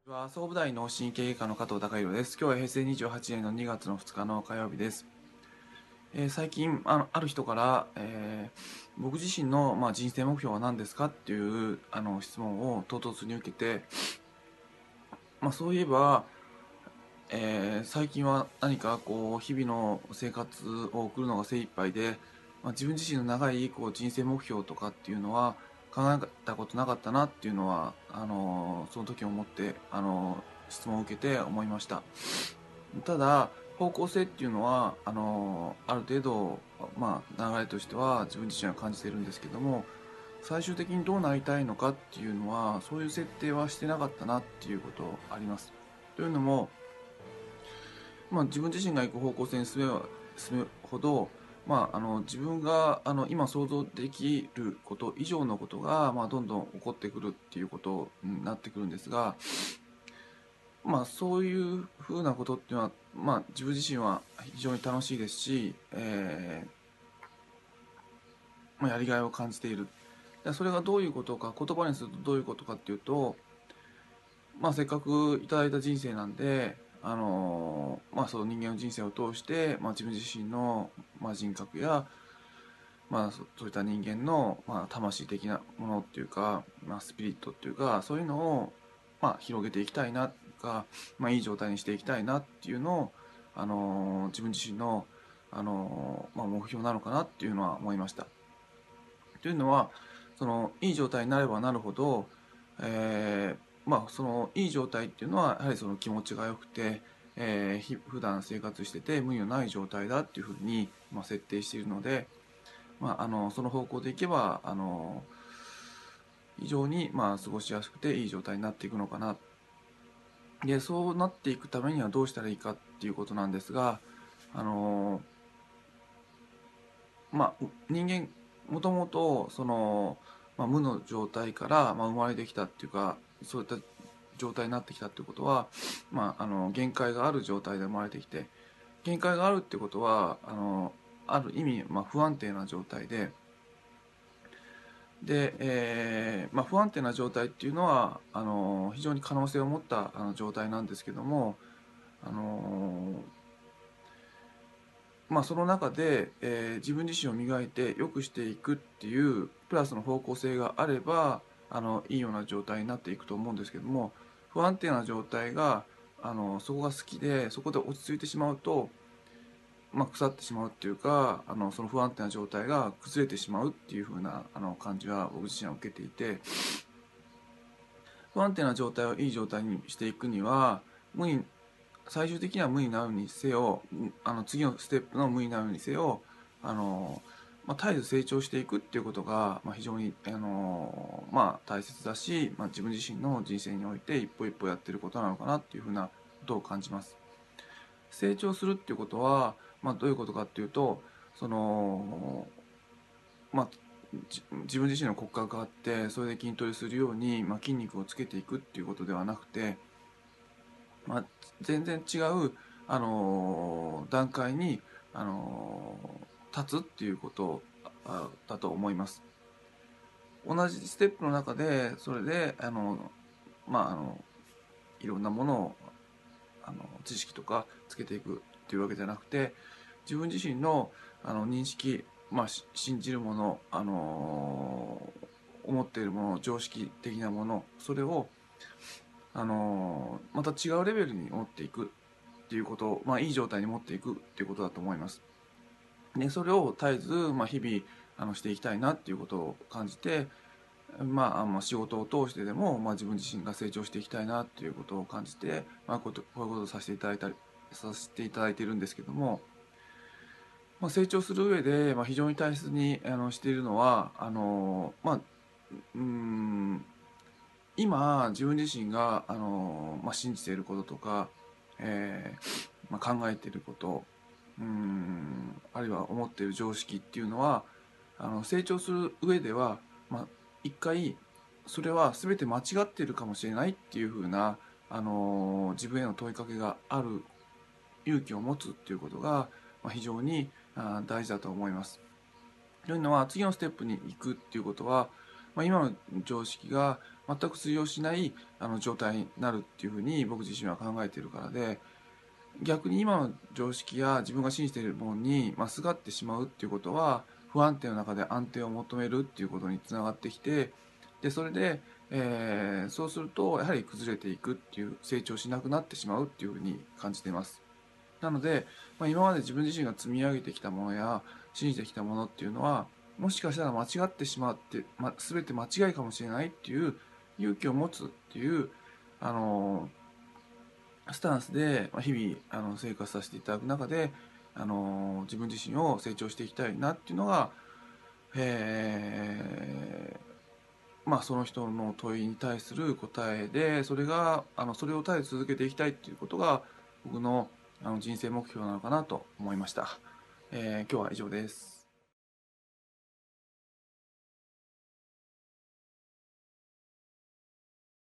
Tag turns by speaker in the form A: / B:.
A: 総武大脳神経外科の加藤孝弘です。今日は平成28年の2月の2日の火曜日です。最近ある人から、僕自身の、人生目標は何ですかっていう質問を唐突に受けて、そういえば、最近は何か日々の生活を送るのが精一杯で、自分自身の長い人生目標とかっていうのは考えたことなかったなっていうのはその時思って質問を受けて思いました。ただ方向性っていうのはある程度、流れとしては自分自身は感じているんですけども、最終的にどうなりたいのかっていうのはそういう設定はしてなかったなっていうことあります。というのも、自分自身が行く方向性に進むほど、自分が今想像できること以上のことが、どんどん起こってくるっていうことになってくるんですが、そういうふうなことっていうのは、自分自身は非常に楽しいですし、やりがいを感じている。それがどういうことか、言葉にするとどういうことかっていうと、せっかくいただいた人生なんで、その人間の人生を通して、自分自身の、人格や、そういった人間の、魂的なものっていうか、スピリットっていうか、そういうのを、広げていきたいなとか、いい状態にしていきたいなっていうのを、自分自身の、目標なのかなっていうのは思いました。というのは、そのいい状態になればなるほど、そのいい状態っていうのはやはりその気持ちが良くて、普段生活してて無理のない状態だっていうふうに、設定しているので、その方向でいけば非常に過ごしやすくていい状態になっていくのかな。でそうなっていくためにはどうしたらいいかっていうことなんですが、あの人間もともとその、無の状態から、生まれてきたっていうか、そういった状態になってきたっていうことは、限界がある状態で生まれてきて、限界があるってことはある意味、不安定な状態で、不安定な状態っていうのは非常に可能性を持った状態なんですけども、あのその中で、自分自身を磨いて良くしていくっていうプラスの方向性があればいいような状態になっていくと思うんですけども、不安定な状態がそこが好きでそこで落ち着いてしまうと、腐ってしまうっていうかその不安定な状態が崩れてしまうっていう風な感じは僕自身は受けていて、不安定な状態をいい状態にしていくには最終的には無になるにせよ、次のステップの無になるにせよ絶えず成長していくっていうことが、非常に、大切だし、自分自身の人生において一歩一歩やってることなのかなっていうふうなことを感じます。成長するっていうことは、どういうことかっていうと、その、まあ、自分自身の骨格があってそれで筋トレするように、筋肉をつけていくっていうことではなくて、全然違う、段階に、立つっていうことだと思います。同じステップの中でそれでいろんなものを知識とかつけていくっていうわけじゃなくて、自分自身の認識、信じるもの、思っているもの、常識的なもの、それをまた違うレベルに持っていくっていうこと、いい状態に持っていくっていうことだと思います。でそれを絶えず、日々していきたいなっていうことを感じて、仕事を通してでも、自分自身が成長していきたいなっていうことを感じて、こういうことをさせていただいているんですけども、成長する上で、非常に大切にしているのは今自分自身が信じていることとか、考えていること、あるいは思っている常識っていうのは成長する上では、一回それは全て間違っているかもしれないっていうふうな自分への問いかけがある勇気を持つっていうことが、非常に大事だと思います。というのは次のステップに行くっていうことは、 今の常識が全く通用しない状態になるっていうふうに僕自身は考えているからで、逆に今の常識や自分が信じているものに、すがってしまうっていうことは、不安定の中で安定を求めるっていうことにつながってきて、でそれで、そうするとやはり崩れていくっていう、成長しなくなってしまうっていうふうに感じています。なので、今まで自分自身が積み上げてきたものや信じてきたものっていうのは、もしかしたら間違ってしまって、全て間違いかもしれないっていう勇気を持つっていう、あのスタンスで日々生活させていただく中で、自分自身を成長していきたいなっていうのが、その人の問いに対する答えで、それを絶えず続けていきたいっていうことが僕の人生目標なのかなと思いました。今日は以上です。